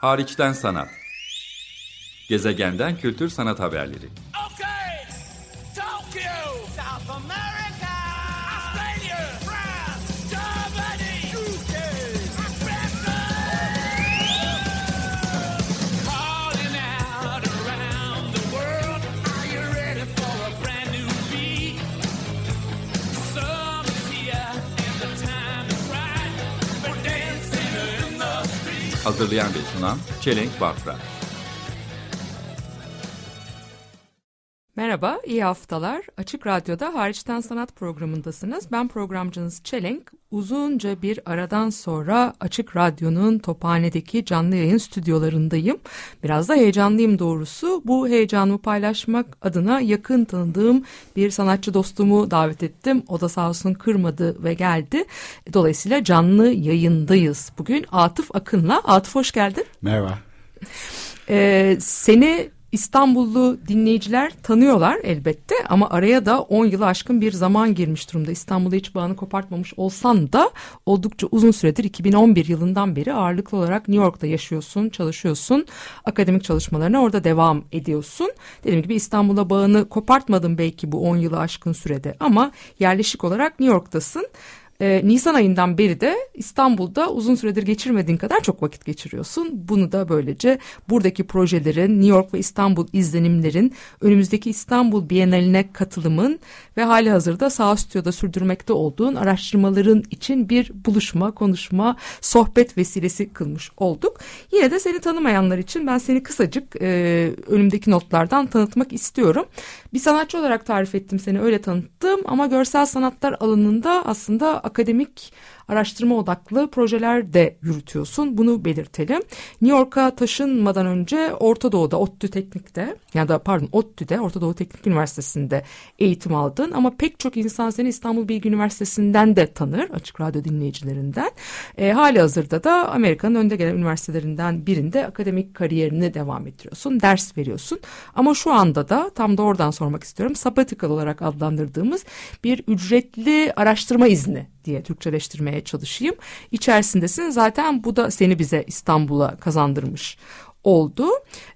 Hariçten sanat. Gezegenden kültür sanat haberleri. Okay, Tokyo, South America, Australia, France, Germany, UK, Africa. Calling out around the world, are you ready for a brand new beat? Summer's here and the time is right. We're dancing in the street. Hazırlayan ve sunan Çelenk Bafra. Merhaba, iyi haftalar. Açık Radyo'da Hariçten Sanat programındasınız. Ben programcınız Çelenk. Uzunca bir aradan sonra Açık Radyo'nun Tophane'deki canlı yayın stüdyolarındayım. Biraz da heyecanlıyım doğrusu. Bu heyecanımı paylaşmak adına yakın tanıdığım bir sanatçı dostumu davet ettim. O da sağ olsun kırmadı ve geldi. Dolayısıyla canlı yayındayız bugün. Atıf Akın'la. Atıf hoş geldin. Merhaba. Seni İstanbullu dinleyiciler tanıyorlar elbette ama araya da 10 yılı aşkın bir zaman girmiş durumda. İstanbul'da hiç bağını kopartmamış olsan da oldukça uzun süredir 2011 yılından beri ağırlıklı olarak New York'ta yaşıyorsun, çalışıyorsun. Akademik çalışmalarına orada devam ediyorsun. Dediğim gibi İstanbul'a bağını kopartmadın belki bu 10 yılı aşkın sürede ama yerleşik olarak New York'tasın. Nisan ayından beri de İstanbul'da uzun süredir geçirmediğin kadar çok vakit geçiriyorsun. Bunu da böylece buradaki projelerin, New York ve İstanbul izlenimlerin, önümüzdeki İstanbul Biennaline katılımın ve hali hazırda Sağ Stüdyo'da sürdürmekte olduğun araştırmaların için bir buluşma, konuşma, sohbet vesilesi kılmış olduk. Yine de seni tanımayanlar için ben seni kısacık önümdeki notlardan tanıtmak istiyorum. Bir sanatçı olarak tarif ettim seni, öyle tanıttım ama görsel sanatlar alanında aslında akademik araştırma odaklı projeler de yürütüyorsun. Bunu belirtelim. New York'a taşınmadan önce Orta Doğu'da, ODTÜ'de, Orta Doğu Teknik Üniversitesi'nde eğitim aldın. Ama pek çok insan seni İstanbul Bilgi Üniversitesi'nden de tanır, Açık Radyo dinleyicilerinden. Hali hazırda da Amerika'nın önde gelen üniversitelerinden birinde akademik kariyerini devam ettiriyorsun, ders veriyorsun. Ama şu anda da tam da oradan sormak istiyorum. Sabbatical olarak adlandırdığımız bir ücretli araştırma izni diye Türkçeleştirmeye çalışayım. İçerisindesin. Zaten bu da seni bize İstanbul'a kazandırmış oldu.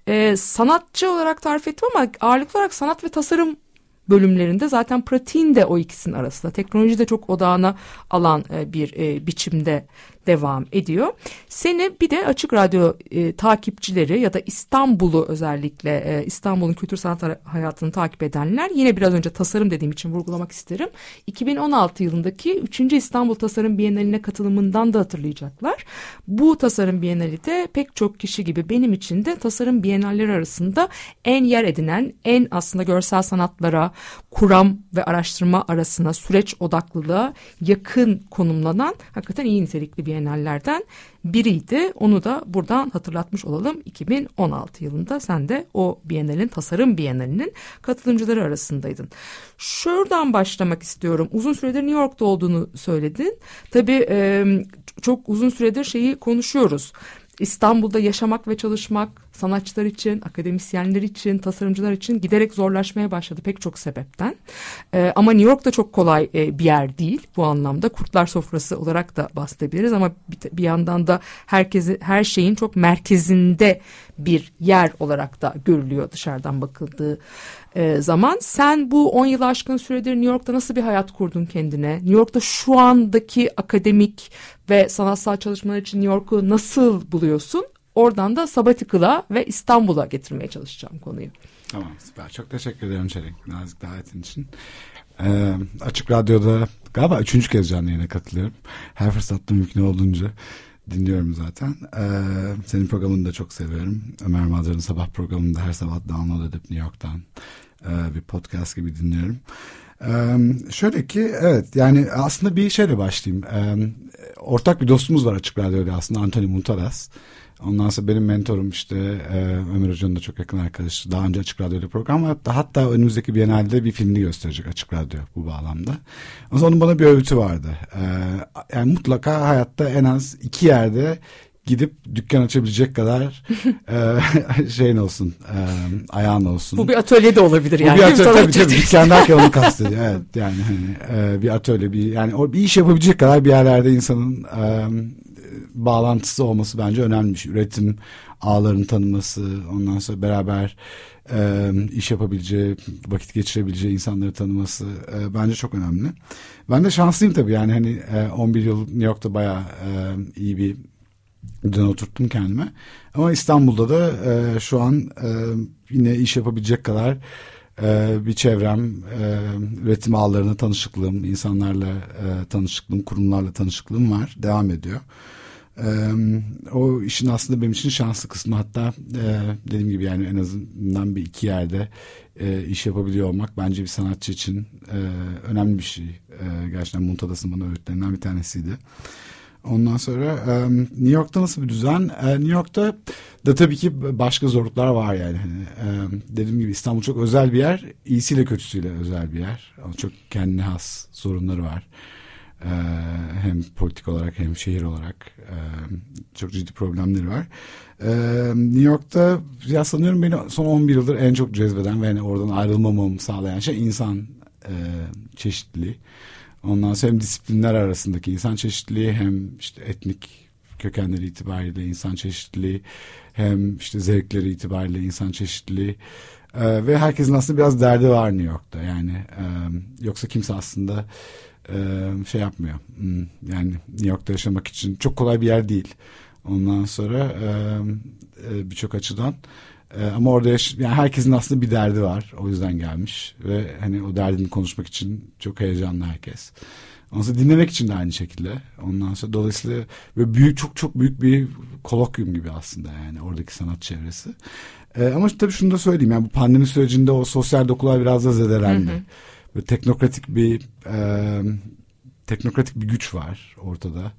Sanatçı olarak tarif ettim ama ağırlıklı olarak sanat ve tasarım bölümlerinde zaten pratiğin de o ikisinin arasında. Teknoloji de çok odağına alan bir biçimde devam ediyor. Seni bir de Açık Radyo takipçileri ya da İstanbul'u özellikle İstanbul'un kültür sanat hayatını takip edenler, yine biraz önce tasarım dediğim için vurgulamak isterim. 2016 yılındaki 3. İstanbul Tasarım Biennaline katılımından da hatırlayacaklar. Bu Tasarım Biennali de pek çok kişi gibi benim için de tasarım biennalleri arasında en yer edinen, en aslında görsel sanatlara, kuram ve araştırma arasına, süreç odaklılığa yakın konumlanan hakikaten iyi nitelikli biennallerden biriydi. Onu da buradan hatırlatmış olalım. 2016 yılında sen de o biennalin, tasarım biennalinin katılımcıları arasındaydın. Şuradan başlamak istiyorum. Uzun süredir New York'ta olduğunu söyledin. Tabii çok uzun süredir şeyi konuşuyoruz. İstanbul'da yaşamak ve çalışmak sanatçılar için, akademisyenler için, tasarımcılar için giderek zorlaşmaya başladı pek çok sebepten. Ama New York da çok kolay bir yer değil bu anlamda. Kurtlar sofrası olarak da bahsedebiliriz ama bir yandan da her şeyin çok merkezinde bir yer olarak da görülüyor dışarıdan bakıldığı zaman. Sen bu 10 yılı aşkın süredir New York'ta nasıl bir hayat kurdun kendine? New York'ta şu andaki akademik ve sanatsal çalışmalar için New York'u nasıl buluyorsun? Oradan da Sabbatical'a ve İstanbul'a getirmeye çalışacağım konuyu. Tamam, süper. Çok teşekkür ederim Çelenk, nazik davetin için. Açık Radyo'da galiba 3. kez canlı yayına katılıyorum. Her fırsatta mümkün olduğunca dinliyorum zaten. Senin programını da çok seviyorum. Ömer Madra'nın sabah programını da her sabah download edip New York'tan bir podcast gibi dinliyorum. Şöyle ki evet, yani aslında bir şeyle başlayayım. Ortak bir dostumuz var Açık Radyo'da aslında, Anthony Muntalas. Ondan sonra benim mentorum işte Ömer Hoca'nın da çok yakın arkadaşı. Daha önce Açık Radyo'da program yaptı. Hatta önümüzdeki Biennale'de bir filmini gösterecek Açık Radyo bu bağlamda. O zaman onun bana bir öğütü vardı. Yani mutlaka hayatta en az 2 yerde gidip dükkan açabilecek kadar şeyin olsun, ayağın olsun. Bu bir atölye de olabilir yani. Bu bir atölye, tabii dükkan derken onu kastediyor. Evet, yani hani, bir atölye, yani o bir iş yapabilecek kadar bir yerlerde insanın bağlantısı olması bence önemli bir şey. Üretim ağlarını tanıması, ondan sonra beraber iş yapabileceği, vakit geçirebileceği insanları tanıması bence çok önemli. Ben de şanslıyım tabii, yani hani 11 yıl New York'ta bayağı iyi bir düzen oturttum kendime. Ama İstanbul'da da şu an yine iş yapabilecek kadar bir çevrem, üretim ağlarına tanışıklığım, insanlarla tanışıklığım, kurumlarla tanışıklığım var, devam ediyor. O işin aslında benim için şanslı kısmı, hatta dediğim gibi yani en azından bir iki yerde iş yapabiliyor olmak bence bir sanatçı için önemli bir şey. Gerçekten Muntadas'ın bana öğütlerinden bir tanesiydi. Ondan sonra New York'ta nasıl bir düzen? New York'ta da tabii ki başka zorluklar var yani. Dediğim gibi İstanbul çok özel bir yer. İyisiyle kötüsüyle özel bir yer. Çok kendine has sorunları var. Hem politik olarak hem şehir olarak çok ciddi problemleri var. New York'ta ya sanıyorum beni son 11 yıldır en çok cezbeden ve yani oradan ayrılmamamı sağlayan şey insan çeşitliliği. Ondan sonra hem disiplinler arasındaki insan çeşitliliği, hem işte etnik kökenleri itibariyle insan çeşitliliği, hem işte zevkleri itibariyle insan çeşitliliği ve herkesin aslında biraz derdi var New York'ta yani yoksa kimse aslında şey yapmıyor. Yani New York'ta yaşamak için çok kolay bir yer değil. Ondan sonra birçok açıdan. Ama orada yani herkesin aslında bir derdi var. O yüzden gelmiş ve hani o derdini konuşmak için çok heyecanlı herkes. Ondan sonra dinlemek için de aynı şekilde. Ondan sonra dolayısıyla böyle büyük, çok büyük bir kolokyum gibi aslında yani oradaki sanat çevresi. Ama tabii şunu da söyleyeyim, yani bu pandemi sürecinde o sosyal dokular biraz da zedelendi. Hı hı. Böyle teknokratik bir güç var ortada.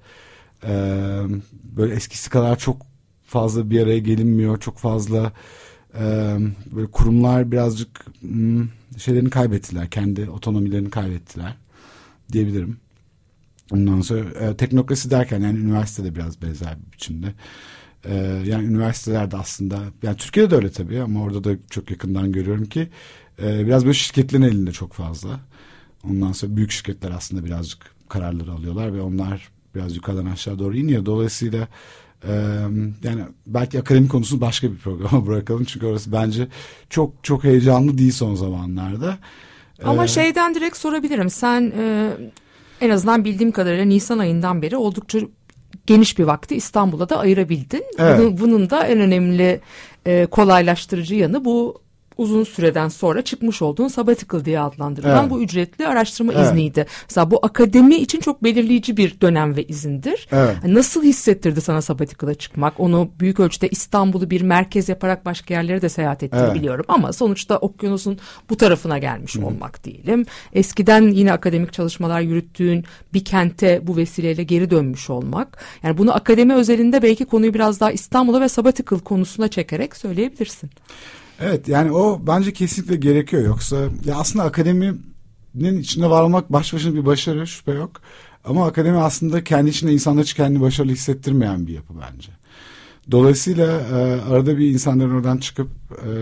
Böyle eskisi kadar çok fazla bir araya gelinmiyor. Çok fazla böyle kurumlar birazcık şeylerini kaybettiler. Kendi otonomilerini kaybettiler diyebilirim. Ondan sonra teknokrasi derken yani üniversitede biraz benzer bir biçimde. Yani üniversitelerde aslında, yani Türkiye'de de öyle tabii ama orada da çok yakından görüyorum ki biraz böyle şirketlerin elinde çok fazla. Ondan sonra büyük şirketler aslında birazcık kararları alıyorlar ve onlar biraz yukarıdan aşağı doğru iniyor. Dolayısıyla yani belki akademik konusunu başka bir programa bırakalım çünkü orası bence çok heyecanlı değil son zamanlarda. Ama şeyden direkt sorabilirim. Sen en azından bildiğim kadarıyla Nisan ayından beri oldukça geniş bir vakti İstanbul'a da ayırabildin. Evet. Bunun da en önemli kolaylaştırıcı yanı bu uzun süreden sonra çıkmış olduğun sabbatical diye adlandırılan bu ücretli araştırma izniydi. Mesela bu akademi için çok belirleyici bir dönem ve izindir. Evet. Nasıl hissettirdi sana sabbatical'a çıkmak? Onu büyük ölçüde İstanbul'u bir merkez yaparak başka yerlere de seyahat ettiğini biliyorum. Ama sonuçta okyanusun bu tarafına gelmiş olmak diyelim. Eskiden yine akademik çalışmalar yürüttüğün bir kente bu vesileyle geri dönmüş olmak. Yani bunu akademi özelinde belki konuyu biraz daha İstanbul'a ve sabbatical konusuna çekerek söyleyebilirsin. Evet, yani o bence kesinlikle gerekiyor, yoksa ya aslında akademinin içinde var olmak baş başına bir başarı, şüphe yok. Ama akademi aslında kendi içinde insanlar için kendini başarılı hissettirmeyen bir yapı bence. Dolayısıyla arada bir insanların oradan çıkıp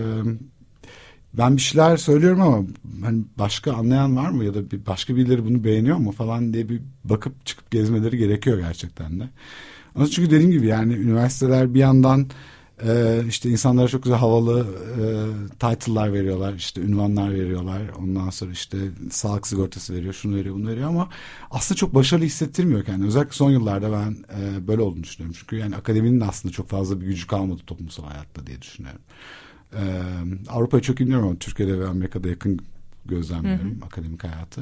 ben bir şeyler söylüyorum ama hani başka anlayan var mı ya da başka birileri bunu beğeniyor mu falan diye bir bakıp çıkıp gezmeleri gerekiyor gerçekten de. Ama çünkü dediğim gibi yani üniversiteler bir yandan işte insanlara çok güzel havalı title'lar veriyorlar, işte ünvanlar veriyorlar, ondan sonra işte sağlık sigortası veriyor, şunu veriyor, bunu veriyor ama aslında çok başarılı hissettirmiyor kendini. Özellikle son yıllarda ben böyle olduğunu düşünüyorum. Çünkü yani akademinin aslında çok fazla bir gücü kalmadı toplumsal hayatta diye düşünüyorum. Avrupa'yı çok bilmiyorum ama Türkiye'de ve Amerika'da yakın gözlemliyorum akademik hayatı.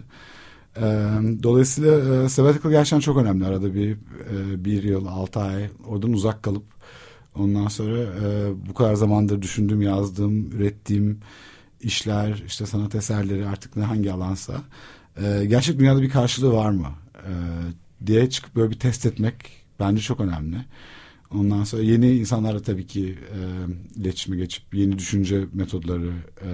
Dolayısıyla sabbatical gerçekten çok önemli. Arada bir yıl, 6 ay oradan uzak kalıp ondan sonra bu kadar zamandır düşündüğüm, yazdığım, ürettiğim işler, işte sanat eserleri artık hangi alansa gerçek dünyada bir karşılığı var mı diye çıkıp böyle bir test etmek bence çok önemli. Ondan sonra yeni insanlarla tabii ki iletişime geçip yeni düşünce metodları,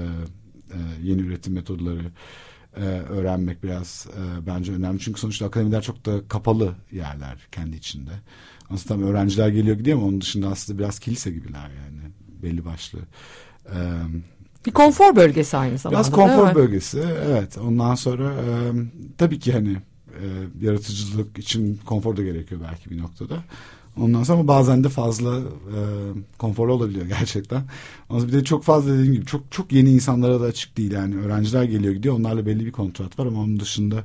yeni üretim metodları öğrenmek biraz bence önemli. Çünkü sonuçta akademiler çok da kapalı yerler kendi içinde. Aslında tam öğrenciler geliyor gidiyor ama onun dışında aslında biraz kilise gibiler yani belli başlı. Bir konfor bölgesi aynı zamanda. Biraz konfor bölgesi, evet. Ondan sonra tabii ki hani yaratıcılık için konfor da gerekiyor belki bir noktada. Ondan sonra bazen de fazla konforlu olabiliyor gerçekten. Ama bir de çok fazla dediğim gibi çok yeni insanlara da açık değil yani. Öğrenciler geliyor gidiyor, onlarla belli bir kontrat var ama onun dışında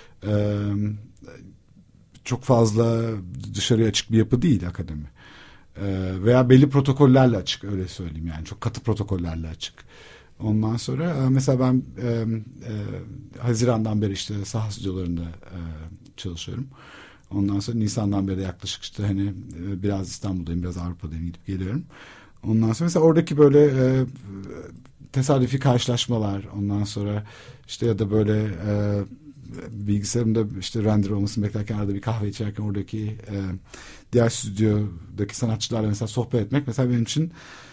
çok fazla dışarıya açık bir yapı değil akademi. Veya belli protokollerle açık, öyle söyleyeyim yani. Çok katı protokollerle açık. Ondan sonra mesela ben Haziran'dan beri işte saha stüdyolarında çalışıyorum. Ondan sonra Nisan'dan beri yaklaşık işte hani biraz İstanbul'dayım, biraz Avrupa'dayım, gidip geliyorum. Ondan sonra mesela oradaki böyle tesadüfi karşılaşmalar, ondan sonra işte ya da böyle bilgisayarımda işte render olmasını beklerken arada bir kahve içerken oradaki diğer stüdyodaki sanatçılarla mesela sohbet etmek mesela benim için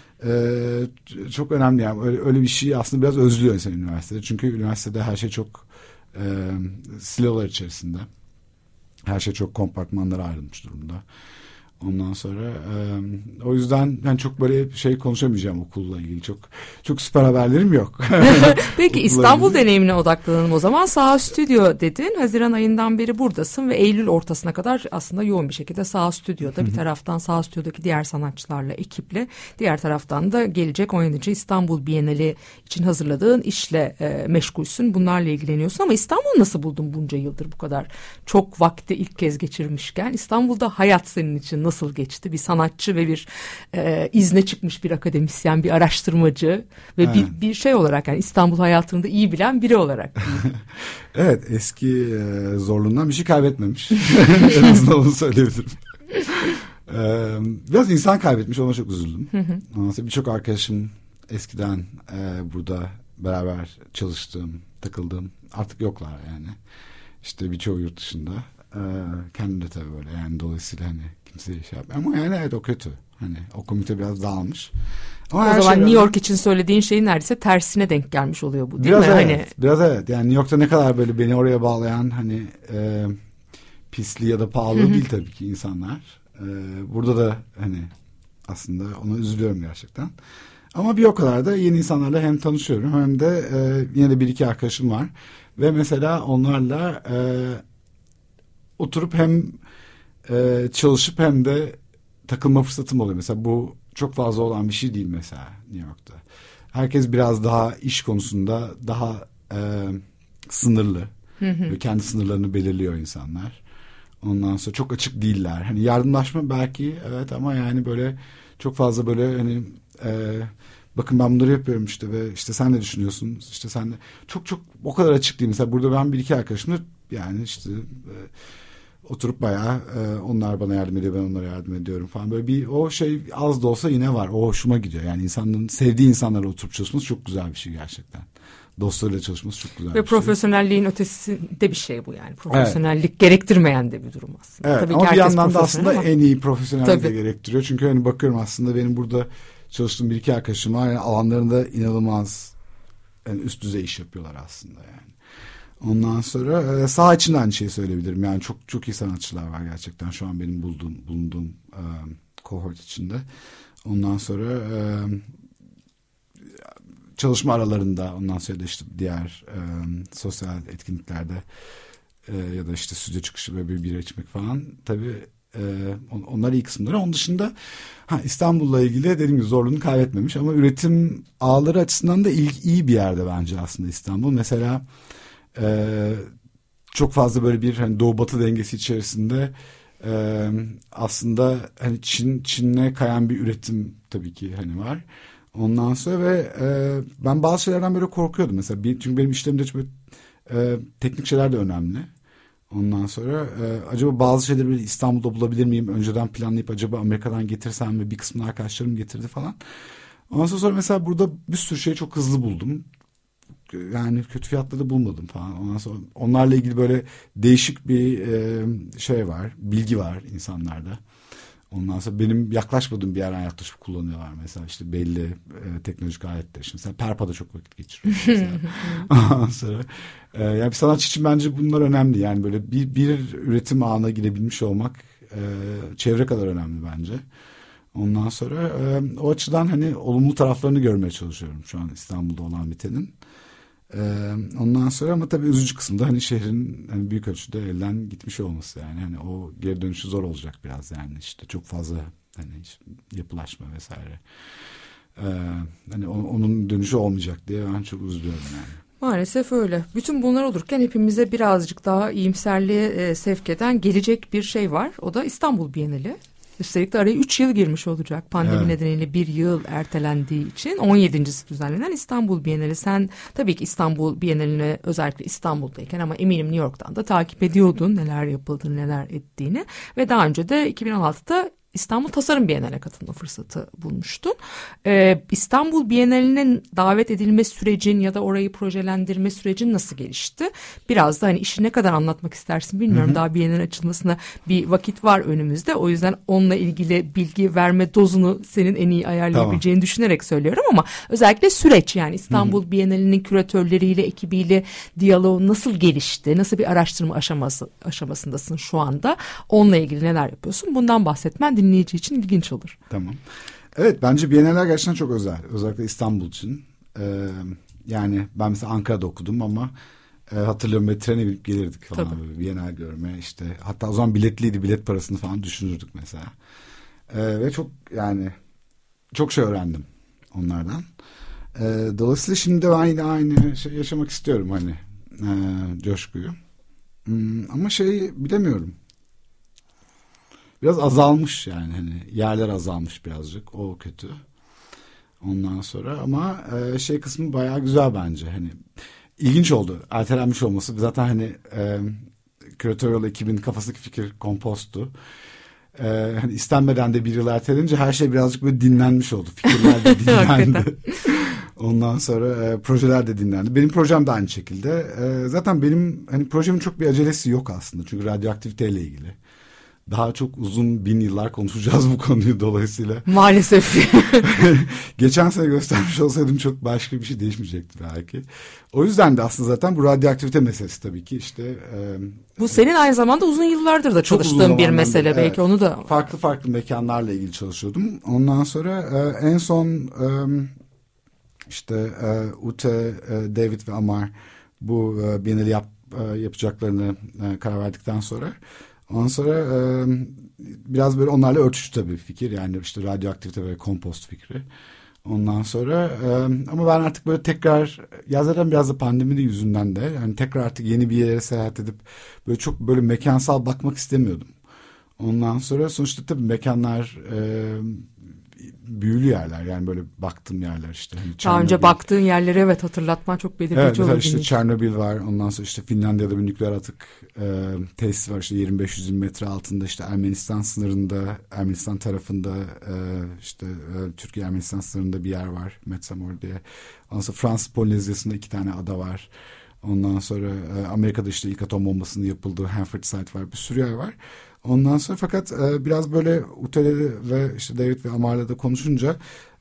çok önemli yani. Öyle bir şey aslında biraz özlüyor insan üniversitede. Çünkü üniversitede her şey çok silolar içerisinde. Her şey çok kompartmanlara ayrılmış durumda. Ondan sonra o yüzden ben çok böyle şey konuşamayacağım okulla ilgili. Çok süper haberlerim yok. Peki İstanbul deneyimine odaklanalım o zaman. Saha Stüdyo dedin. Haziran ayından beri buradasın ve Eylül ortasına kadar aslında yoğun bir şekilde Saha Stüdyo'da. Bir taraftan Saha Stüdyo'daki diğer sanatçılarla, ekiple, diğer taraftan da gelecek 17. İstanbul Bienali için hazırladığın işle meşgulsün. Bunlarla ilgileniyorsun ama İstanbul'u nasıl buldun bunca yıldır bu kadar? Çok vakti ilk kez geçirmişken İstanbul'da hayat senin için nasıl geçti? Bir sanatçı ve bir izne çıkmış bir akademisyen, bir araştırmacı ve bir şey olarak yani İstanbul hayatını da iyi bilen biri olarak. Evet, eski zorluğundan bir şey kaybetmemiş. En azından onu söyleyebilirim. Biraz insan kaybetmiş, ona çok üzüldüm. Birçok arkadaşım eskiden burada beraber çalıştığım, takıldığım artık yoklar yani. İşte birçoğu yurt dışında. Kendim de tabii böyle yani, dolayısıyla hani kimse şey yapmıyor. Ama yani evet, o kötü. Hani o komite biraz dağılmış. Ama o zaman New York için söylediğin şeyin neredeyse tersine denk gelmiş oluyor bu, değil biraz mi? Evet, hani biraz evet. Yani New York'ta ne kadar böyle beni oraya bağlayan hani pisli ya da pahalı değil tabii ki insanlar. Burada da hani aslında ona üzülüyorum gerçekten. Ama bir o kadar da yeni insanlarla hem tanışıyorum hem de yine de bir iki arkadaşım var. Ve mesela onlarla oturup hem çalışıp hem de takılma fırsatım oluyor. Mesela bu çok fazla olan bir şey değil mesela New York'ta. Herkes biraz daha iş konusunda daha sınırlı. Ve kendi sınırlarını belirliyor insanlar. Ondan sonra çok açık değiller. Hani yardımlaşma belki evet, ama yani böyle çok fazla böyle hani bakın ben bunları yapıyorum işte ve işte sen ne düşünüyorsun? İşte sen de çok o kadar açık değil. Mesela burada ben bir iki arkadaşımla yani işte oturup bayağı onlar bana yardım ediyor, ben onlara yardım ediyorum falan. Böyle bir o şey az da olsa yine var. O hoşuma gidiyor. Yani insanın sevdiği insanlarla oturup çalışması çok güzel bir şey gerçekten. Dostlarıyla çalışması çok güzel ve bir şey. profesyonelliğin ötesinde bir şey bu yani. Profesyonellik gerektirmeyen de bir durum aslında. Evet, tabii ama bir yandan da profesyonel aslında ama en iyi profesyonellik de gerektiriyor. Çünkü hani bakıyorum aslında benim burada çalıştığım bir iki arkadaşım var. Yani alanlarında inanılmaz yani üst düzey iş yapıyorlar aslında yani. Ondan sonra saha için de aynı şeyi söyleyebilirim. Yani çok iyi sanatçılar var gerçekten şu an benim bulunduğum cohort içinde. Ondan sonra çalışma aralarında, ondan sonra da işte diğer sosyal etkinliklerde ya da işte stüdyo çıkışı ve bir bira içmek falan tabii onlar iyi kısımları. Onun dışında İstanbul'la ilgili dediğim gibi zorluğunu kaybetmemiş ama üretim ağları açısından da iyi bir yerde bence aslında İstanbul. Mesela çok fazla böyle bir hani doğu batı dengesi içerisinde aslında hani Çin'e kayan bir üretim tabii ki hani var. Ondan sonra ve ben bazı şeylerden böyle korkuyordum mesela. Çünkü benim işlerimde böyle teknik şeyler de önemli. Ondan sonra acaba bazı şeyleri böyle İstanbul'da bulabilir miyim? Önceden planlayıp acaba Amerika'dan getirsem mi? Bir kısmını arkadaşlarım getirdi falan. Ondan sonra mesela burada bir sürü şeyi çok hızlı buldum. Yani kötü fiyatla da bulmadım falan. Ondan sonra onlarla ilgili böyle değişik bir şey var. Bilgi var insanlarda. Ondan sonra benim yaklaşmadığım bir yerden yaklaşıp kullanıyorlar. Mesela işte belli teknolojik aletler. Şimdi mesela Perpa'da çok vakit geçiriyor. Ondan sonra yani bir sanatçı için bence bunlar önemli. Yani böyle bir üretim ağına girebilmiş olmak çevre kadar önemli bence. Ondan sonra o açıdan hani olumlu taraflarını görmeye çalışıyorum şu an İstanbul'da olan bitenin. Ondan sonra ama tabii üzücü kısımda hani şehrin hani büyük ölçüde elden gitmiş olması yani. Hani o geri dönüşü zor olacak biraz yani. İşte çok fazla hani işte yapılaşma vesaire. Hani onun dönüşü olmayacak diye ben çok üzülüyorum yani. Maalesef öyle. Bütün bunlar olurken hepimize birazcık daha iyimserliğe sevk eden gelecek bir şey var. O da İstanbul Bienali. Üstelik de araya 3 yıl girmiş olacak. Pandemi nedeniyle bir yıl ertelendiği için 17.si düzenlenen İstanbul Bienali. Sen tabii ki İstanbul Bienalini özellikle İstanbul'dayken ama eminim New York'tan da takip ediyordun neler yapıldığını, neler ettiğini. Ve daha önce de 2016'da İstanbul Tasarım Bienali'ne katılma fırsatı bulmuştun. İstanbul Bienali'nin davet edilme sürecin ya da orayı projelendirme sürecin nasıl gelişti? Biraz da hani işi ne kadar anlatmak istersin bilmiyorum. Hı hı. Daha Bienali açılmasına bir vakit var önümüzde. O yüzden onunla ilgili bilgi verme dozunu senin en iyi ayarlayabileceğini düşünerek söylüyorum ama özellikle süreç yani İstanbul Bienali'nin küratörleriyle, ekibiyle diyaloğu nasıl gelişti? Nasıl bir araştırma aşamasındasın şu anda? Onunla ilgili neler yapıyorsun? Bundan bahsetmen dinleyici için ilginç olur. Tamam. Evet bence Biennaller gerçekten çok özel. Özellikle İstanbul için. Yani ben mesela Ankara'da okudum ama hatırlıyorum ve trene binip gelirdik falan böyle Biennale görmeye işte. Hatta o zaman biletliydi, bilet parasını falan düşünürdük mesela. Ve çok yani çok şey öğrendim onlardan. Dolayısıyla şimdi de ben yine aynı şey yaşamak istiyorum hani coşkuyu. Ama bilemiyorum. Biraz azalmış yani hani yerler azalmış birazcık o kötü. Ondan sonra ama kısmı bayağı güzel bence hani ilginç oldu ertelenmiş olması zaten hani küratörel ekibin kafasındaki fikir komposttu. Hani istenmeden de bir yıl ertelenince her şey birazcık böyle dinlenmiş oldu fikirler de dinlendi. Ondan sonra projeler de dinlendi. Benim projem de aynı şekilde. Zaten benim hani projemin çok bir acelesi yok aslında çünkü radyoaktiviteyle ilgili. Daha çok uzun 1000 yıllar konuşacağız bu konuyu dolayısıyla. Maalesef. Geçen sene göstermiş olsaydım çok başka bir şey değişmeyecekti belki. O yüzden de aslında zaten bu radyoaktivite meselesi tabii ki işte. Bu senin aynı zamanda uzun yıllardır da çalıştığın bir mesele. Evet, belki onu da. Farklı mekanlarla ilgili çalışıyordum. Ondan sonra en son Ute, David ve Amar bu Biennale yapacaklarını karar verdikten sonra. Ondan sonra biraz böyle onlarla örtüştü tabii fikir. Yani işte radyoaktivite ve kompost fikri. Ondan sonra ama ben artık böyle tekrar zaten biraz da pandemi yüzünden de yani tekrar artık yeni bir yere seyahat edip böyle çok böyle mekansal bakmak istemiyordum. Ondan sonra sonuçta tabii mekanlar büyülü yerler yani böyle baktığım yerler işte. Hani daha önce baktığın yerleri evet hatırlatman çok belirleyici olur. Evet işte Çernobil var ondan sonra işte Finlandiya'da bir nükleer atık tesis var işte 25-120 metre altında işte Ermenistan sınırında Ermenistan tarafında Türkiye-Ermenistan sınırında bir yer var Metsamor diye. Ondan sonra Fransız Polinezyası'nda 2 tane ada var. Ondan sonra Amerika'da işte ilk atom bombasının yapıldığı Hanford Site var bir sürü yer var. Ondan sonra fakat biraz böyle Ute'leri ve işte David ve Amar'la da konuşunca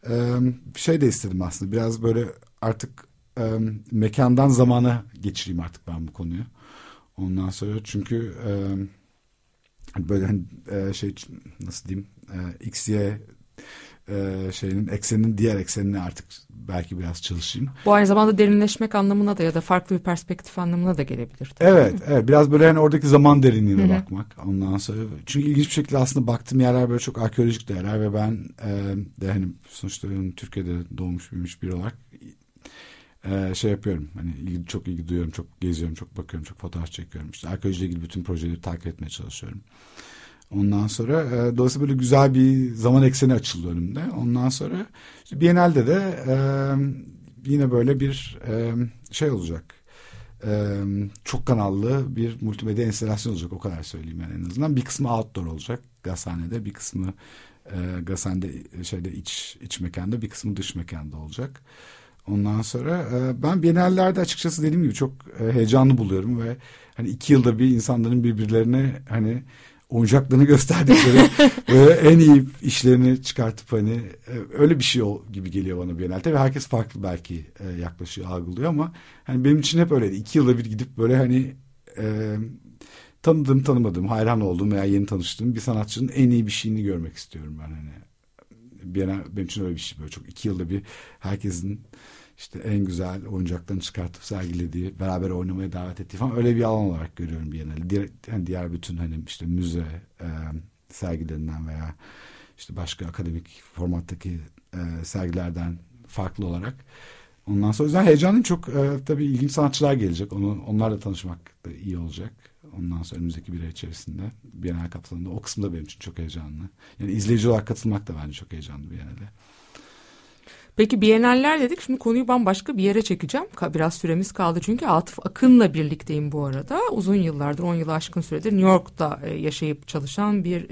de istedim aslında. Biraz böyle artık mekandan zamana geçireyim artık ben bu konuyu. Ondan sonra çünkü böyle hani nasıl diyeyim XY ekseninin diğer eksenine artık belki biraz çalışayım. Bu aynı zamanda derinleşmek anlamına da ya da farklı bir perspektif anlamına da gelebilir. Evet biraz böyle hani oradaki zaman derinliğine bakmak. Ondan sonra çünkü ilginç bir şekilde aslında baktığım yerler böyle çok arkeolojik değerler ve ben de hani sonuçta Türkiye'de doğmuş büyümüş biri olarak yapıyorum. Hani çok ilgi duyuyorum, çok geziyorum, çok bakıyorum, çok fotoğraf çekiyorum. İşte arkeolojiyle ilgili bütün projeleri takip etmeye çalışıyorum. Ondan sonra dolayısıyla böyle güzel bir zaman ekseni açıldı önümde. Ondan sonra işte Biennale'de de yine böyle bir olacak. Çok kanallı bir multimedya enstalasyon olacak o kadar söyleyeyim yani en azından. Bir kısmı outdoor olacak Gazhane'de, bir kısmı Gazhane'de iç mekanda, bir kısmı dış mekanda olacak. Ondan sonra ben Biennale'lerde açıkçası dediğim gibi çok heyecanlı buluyorum ve hani 2 yılda bir insanların birbirlerine hani oyuncaklarını gösterdikleri ve en iyi işlerini çıkartıp hani öyle bir şey gibi geliyor bana Biennale'de ve herkes farklı belki yaklaşıyor, algılıyor ama hani benim için hep öyleydi. 2 yılda bir gidip böyle hani tanıdığım, tanımadığım, hayran olduğum veya yeni tanıştığım bir sanatçının en iyi bir şeyini görmek istiyorum ben hani. Bienal benim için öyle bir şey, böyle çok 2 yılda bir herkesin işte en güzel oyuncaklarını çıkartıp sergilediği, beraber oynamaya davet ettiği falan öyle bir alan olarak görüyorum Bienal'i. Diğer bütün hani işte müze sergilerinden veya işte başka akademik formattaki sergilerden farklı olarak. Ondan sonra o yüzden heyecanlıyım. Çok tabii ilginç sanatçılar gelecek. Onlarla tanışmak da iyi olacak. Ondan sonra önümüzdeki bir ay içerisinde Bienal kapsamında. O kısım da benim için çok heyecanlı. Yani izleyici olarak katılmak da bence çok heyecanlı Bienal'e. Peki Biennaller dedik. Şimdi konuyu bambaşka bir yere çekeceğim. Biraz süremiz kaldı çünkü Atıf Akın'la birlikteyim bu arada. Uzun yıllardır, 10 yılı aşkın süredir New York'ta yaşayıp çalışan bir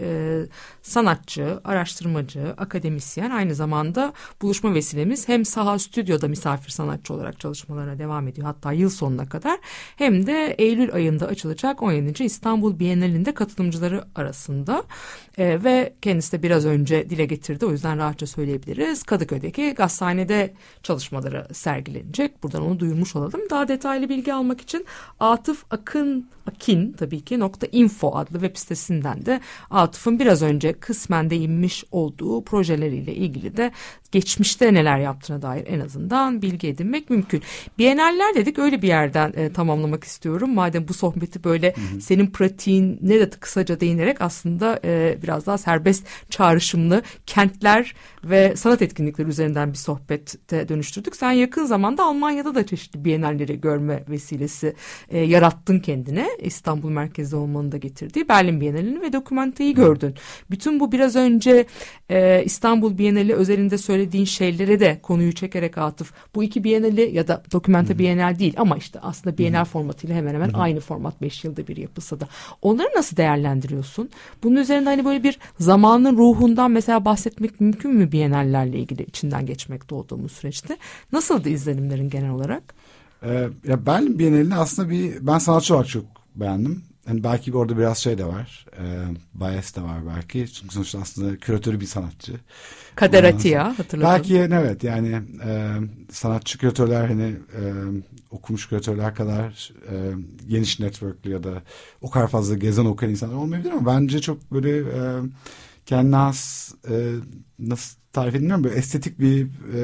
sanatçı, araştırmacı, akademisyen. Aynı zamanda buluşma vesilemiz hem Saha Stüdyo'da misafir sanatçı olarak çalışmalarına devam ediyor. Hatta yıl sonuna kadar. Hem de Eylül ayında açılacak 17. İstanbul Bienalinde katılımcıları arasında. Ve kendisi de biraz önce dile getirdi. O yüzden rahatça söyleyebiliriz. Kadıköy'deki Gazhane'de çalışmaları sergilenecek. Buradan onu duyurmuş olalım. Daha detaylı bilgi almak için Atıf Akin tabii ki .info adlı web sitesinden de Atıf'ın biraz önce kısmen değinmiş olduğu projeleriyle ilgili de geçmişte neler yaptığına dair en azından bilgi edinmek mümkün. Biennaller dedik, öyle bir yerden tamamlamak istiyorum. Madem bu sohbeti böyle senin pratiğine de kısaca değinerek aslında biraz daha serbest çağrışımlı kentler ve sanat etkinlikleri üzerinden bir sohbete dönüştürdük. Sen yakın zamanda Almanya'da da çeşitli bienalleri görme vesilesi yarattın kendine. İstanbul merkezli olmanın da getirdiği Berlin Bienalini ve Dokumente'yi gördün. Bütün bu biraz önce İstanbul Bienali özelinde söylediğin şeylere de konuyu çekerek Atıf. Bu iki Bienali ya da Dokumente Bienal değil ama işte aslında Bienal formatıyla hemen hemen aynı format, 5 yılda bir yapılsa da. Onları nasıl değerlendiriyorsun? Bunun üzerinde hani böyle bir zamanın ruhundan mesela bahsetmek mümkün mü Bienallerle ilgili içinden geçmekte olduğumuz süreçte? Nasıldı izlenimlerin genel olarak? Ya Berlin Bienalini aslında ben sanatçı olarak çok beğendim. Yani belki orada biraz şey de var. Bias da var belki. Çünkü sonuçta aslında küratörü bir sanatçı. Kader Atiye hatırladım. Belki evet yani sanatçı küratörler hani okumuş küratörler kadar geniş network'lü ya da o kadar fazla gezen okuyan insanlar olmayabilir ama bence çok böyle kendine has nasıl tarif edilmiyorum, böyle estetik bir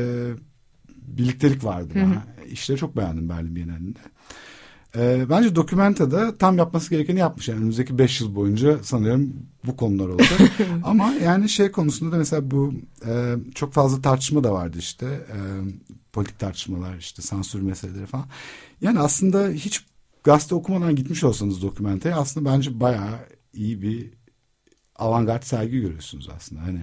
birliktelik vardı. İşleri çok beğendim Berlin Bienalinde. Bence Dokumente'de tam yapması gerekeni yapmış. Yani önümüzdeki 5 yıl boyunca sanıyorum bu konular olacak. Ama yani şey konusunda da mesela bu çok fazla tartışma da vardı işte. Politik tartışmalar, işte sansür meseleleri falan. Yani aslında hiç gazete okumadan gitmiş olsanız Dokumente'ye aslında bence bayağı iyi bir avantgard sergi görüyorsunuz aslında. Hani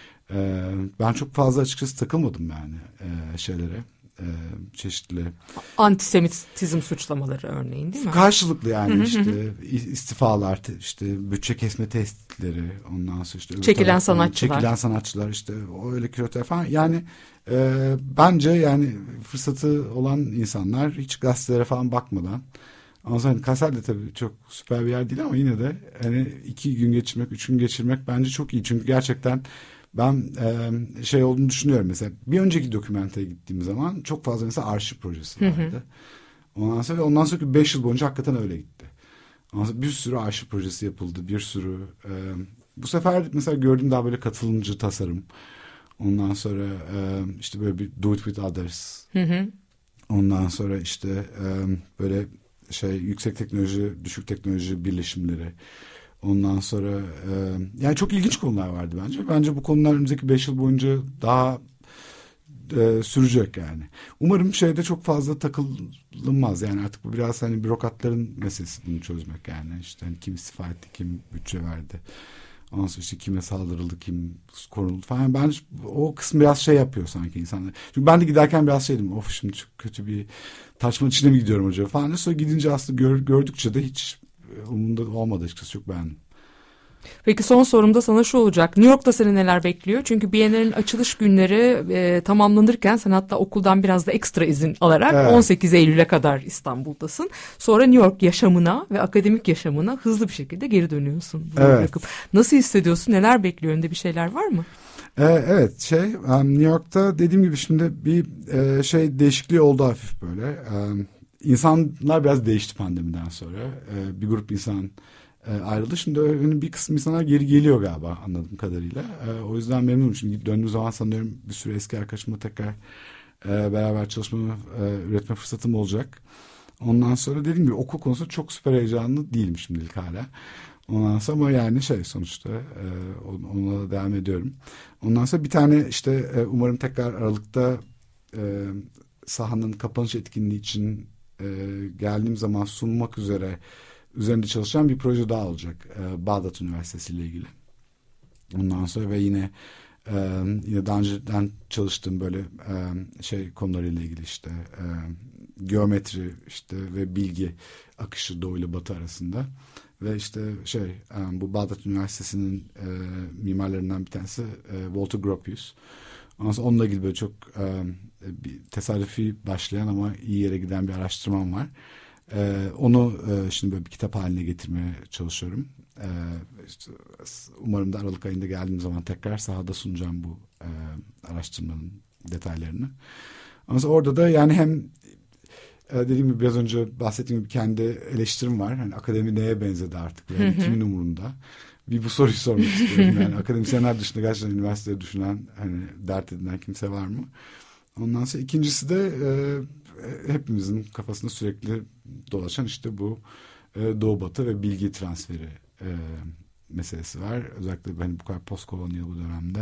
ben çok fazla açıkçası takılmadım yani şeylere. Çeşitli antisemitizm suçlamaları örneğin değil mi? Karşılıklı yani işte istifalar, işte bütçe kesme tehditleri, ondan sonra işte çekilen sanatçılar işte öyle küratör falan yani bence yani fırsatı olan insanlar hiç gazetelere falan bakmadan, ama hani Kassel de tabii çok süper bir yer değil ama yine de hani 2 gün geçirmek, 3 gün geçirmek bence çok iyi çünkü gerçekten ben şey olduğunu düşünüyorum. Mesela bir önceki Dokumente'ye gittiğim zaman çok fazla mesela arşiv projesi vardı. Ondan sonraki 5 yıl boyunca hakikaten öyle gitti. Ondan sonra bir sürü arşiv projesi yapıldı. Bir sürü bu sefer mesela gördüğüm daha böyle katılımcı tasarım. Ondan sonra işte böyle bir do it with others. Ondan sonra işte böyle yüksek teknoloji, düşük teknoloji birleşimleri. Ondan sonra yani çok ilginç konular vardı bence. Bence bu konular önümüzdeki 5 yıl boyunca daha sürecek yani. Umarım şeyde çok fazla takılınmaz. Yani artık bu biraz hani bürokratların meselesi bunu çözmek yani. İşte hani kim istifa etti, kim bütçe verdi. Ondan sonra işte kime saldırıldı, kim korunuldu falan. Ben o kısım biraz şey yapıyor sanki insanlar. Çünkü ben de giderken biraz şeydim. Of şimdi çok kötü bir taşmanın içine mi gidiyorum acaba falan. Sonra gidince aslında gördükçe de hiç umurumda olmadı açıkçası, çok beğendim. Peki son sorum da sana şu olacak. New York'ta seni neler bekliyor? Çünkü Biennale'nin açılış günleri tamamlanırken sen hatta okuldan biraz da ekstra izin alarak 18 Eylül'e kadar İstanbul'dasın. Sonra New York yaşamına ve akademik yaşamına hızlı bir şekilde geri dönüyorsun. Bırakıp. Nasıl hissediyorsun? Neler bekliyor? Önünde bir şeyler var mı? Evet New York'ta dediğim gibi şimdi bir değişikliği oldu hafif böyle. İnsanlar biraz değişti pandemiden sonra. Bir grup insan ayrıldı. Şimdi öğrenin bir kısım insanlar geri geliyor galiba anladığım kadarıyla. O yüzden memnunum. Şimdi döndüğüm zaman sanıyorum bir sürü eski arkadaşımla tekrar beraber çalışma, üretme fırsatım olacak. Ondan sonra dediğim gibi okul konusunda çok süper heyecanlı değilim şimdilik hala. Ondan sonra ama yani sonuçta onunla da devam ediyorum. Ondan sonra bir tane işte umarım tekrar Aralık'ta sahanın kapanış etkinliği için geldiğim zaman sunmak üzerinde çalışan bir proje daha olacak. Bağdat Üniversitesi ile ilgili. Ondan sonra ve yine daha önceden çalıştığım böyle konularıyla ilgili işte geometri işte ve bilgi akışı Doğu ile Batı arasında ve işte bu Bağdat Üniversitesi'nin mimarlarından bir tanesi Walter Gropius. Onunla ilgili böyle çok bir tesadüfi başlayan ama iyi yere giden bir araştırmam var. Onu şimdi böyle bir kitap haline getirmeye çalışıyorum. İşte, umarım da Aralık ayında geldiğim zaman tekrar sahada sunacağım bu araştırmanın detaylarını. Ama orada da yani hem dediğim gibi biraz önce bahsettiğim gibi kendi eleştirim var. Hani akademi neye benzedi artık? Yani kimin umurunda? Bir bu soruyu sormak istiyorum. Yani akademisyenler dışında gerçekten üniversitede düşünen, hani dert edinen kimse var mı? Ondan sonra ikincisi de hepimizin kafasında sürekli dolaşan işte bu Doğu Batı ve bilgi transferi meselesi var. Özellikle hani bu kadar postkolonyal bu dönemde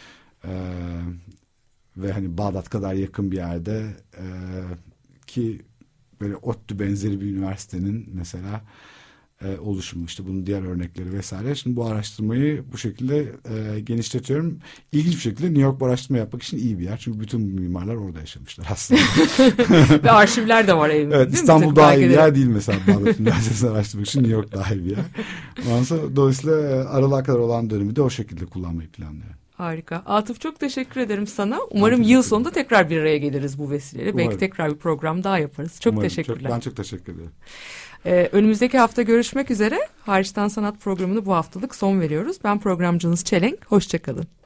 ve hani Bağdat kadar yakın bir yerde ki böyle ODTÜ benzeri bir üniversitenin mesela oluşumu, işte bunun diğer örnekleri vesaire. Şimdi bu araştırmayı bu şekilde genişletiyorum. İlginç bir şekilde New York bu araştırma yapmak için iyi bir yer. Çünkü bütün mimarlar orada yaşamışlar aslında. Ve arşivler de var evinde. Evet, İstanbul daha iyi bir yer değil mesela Bağdat Üniversitesi'ni araştırmak için New York daha iyi bir yer. Ondan sonra dolayısıyla Aralık'a kadar olan dönemi de o şekilde kullanmayı planlıyorum. Harika. Atıf, çok teşekkür ederim sana. Umarım yıl sonunda tekrar bir araya geliriz bu vesileyle. Umarım. Belki tekrar bir program daha yaparız. Çok Umarım. teşekkürler. Ben çok teşekkür ederim. Önümüzdeki hafta görüşmek üzere. Hariçten Sanat programını bu haftalık son veriyoruz. Ben programcınız Çelenk. Hoşçakalın.